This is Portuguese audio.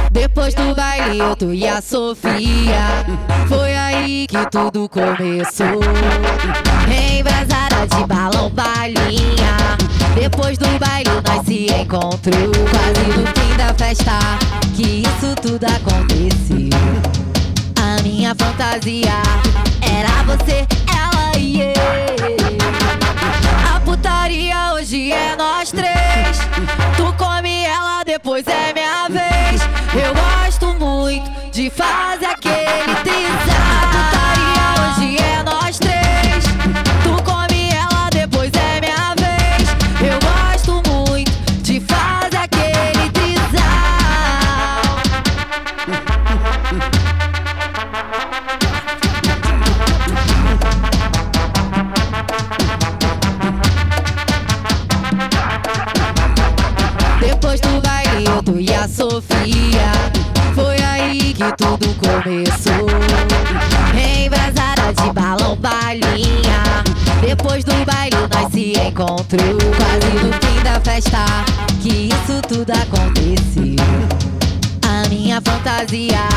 Depois do baile eu, tu e a Sofia, foi aí que tudo começou. Embrasada de balão, balinha. Depois do baile nós se encontrou. Quase no fim da festa que isso tudo aconteceu. A minha fantasia era você, ela e eu. A putaria hoje é nós três. Tu come ela, depois é minha vez. Eu gosto muito de fazer aquele trisal. A putaria hoje é nós três. Tu come ela, depois é minha vez. Eu gosto muito de fazer aquele trisal. Depois do baile eu, tu e a Sofia, foi aí que tudo começou. Embrasada de balão, balinha. Depois do baile nós se encontrou. Quase no fim da festa que isso tudo aconteceu. A minha fantasia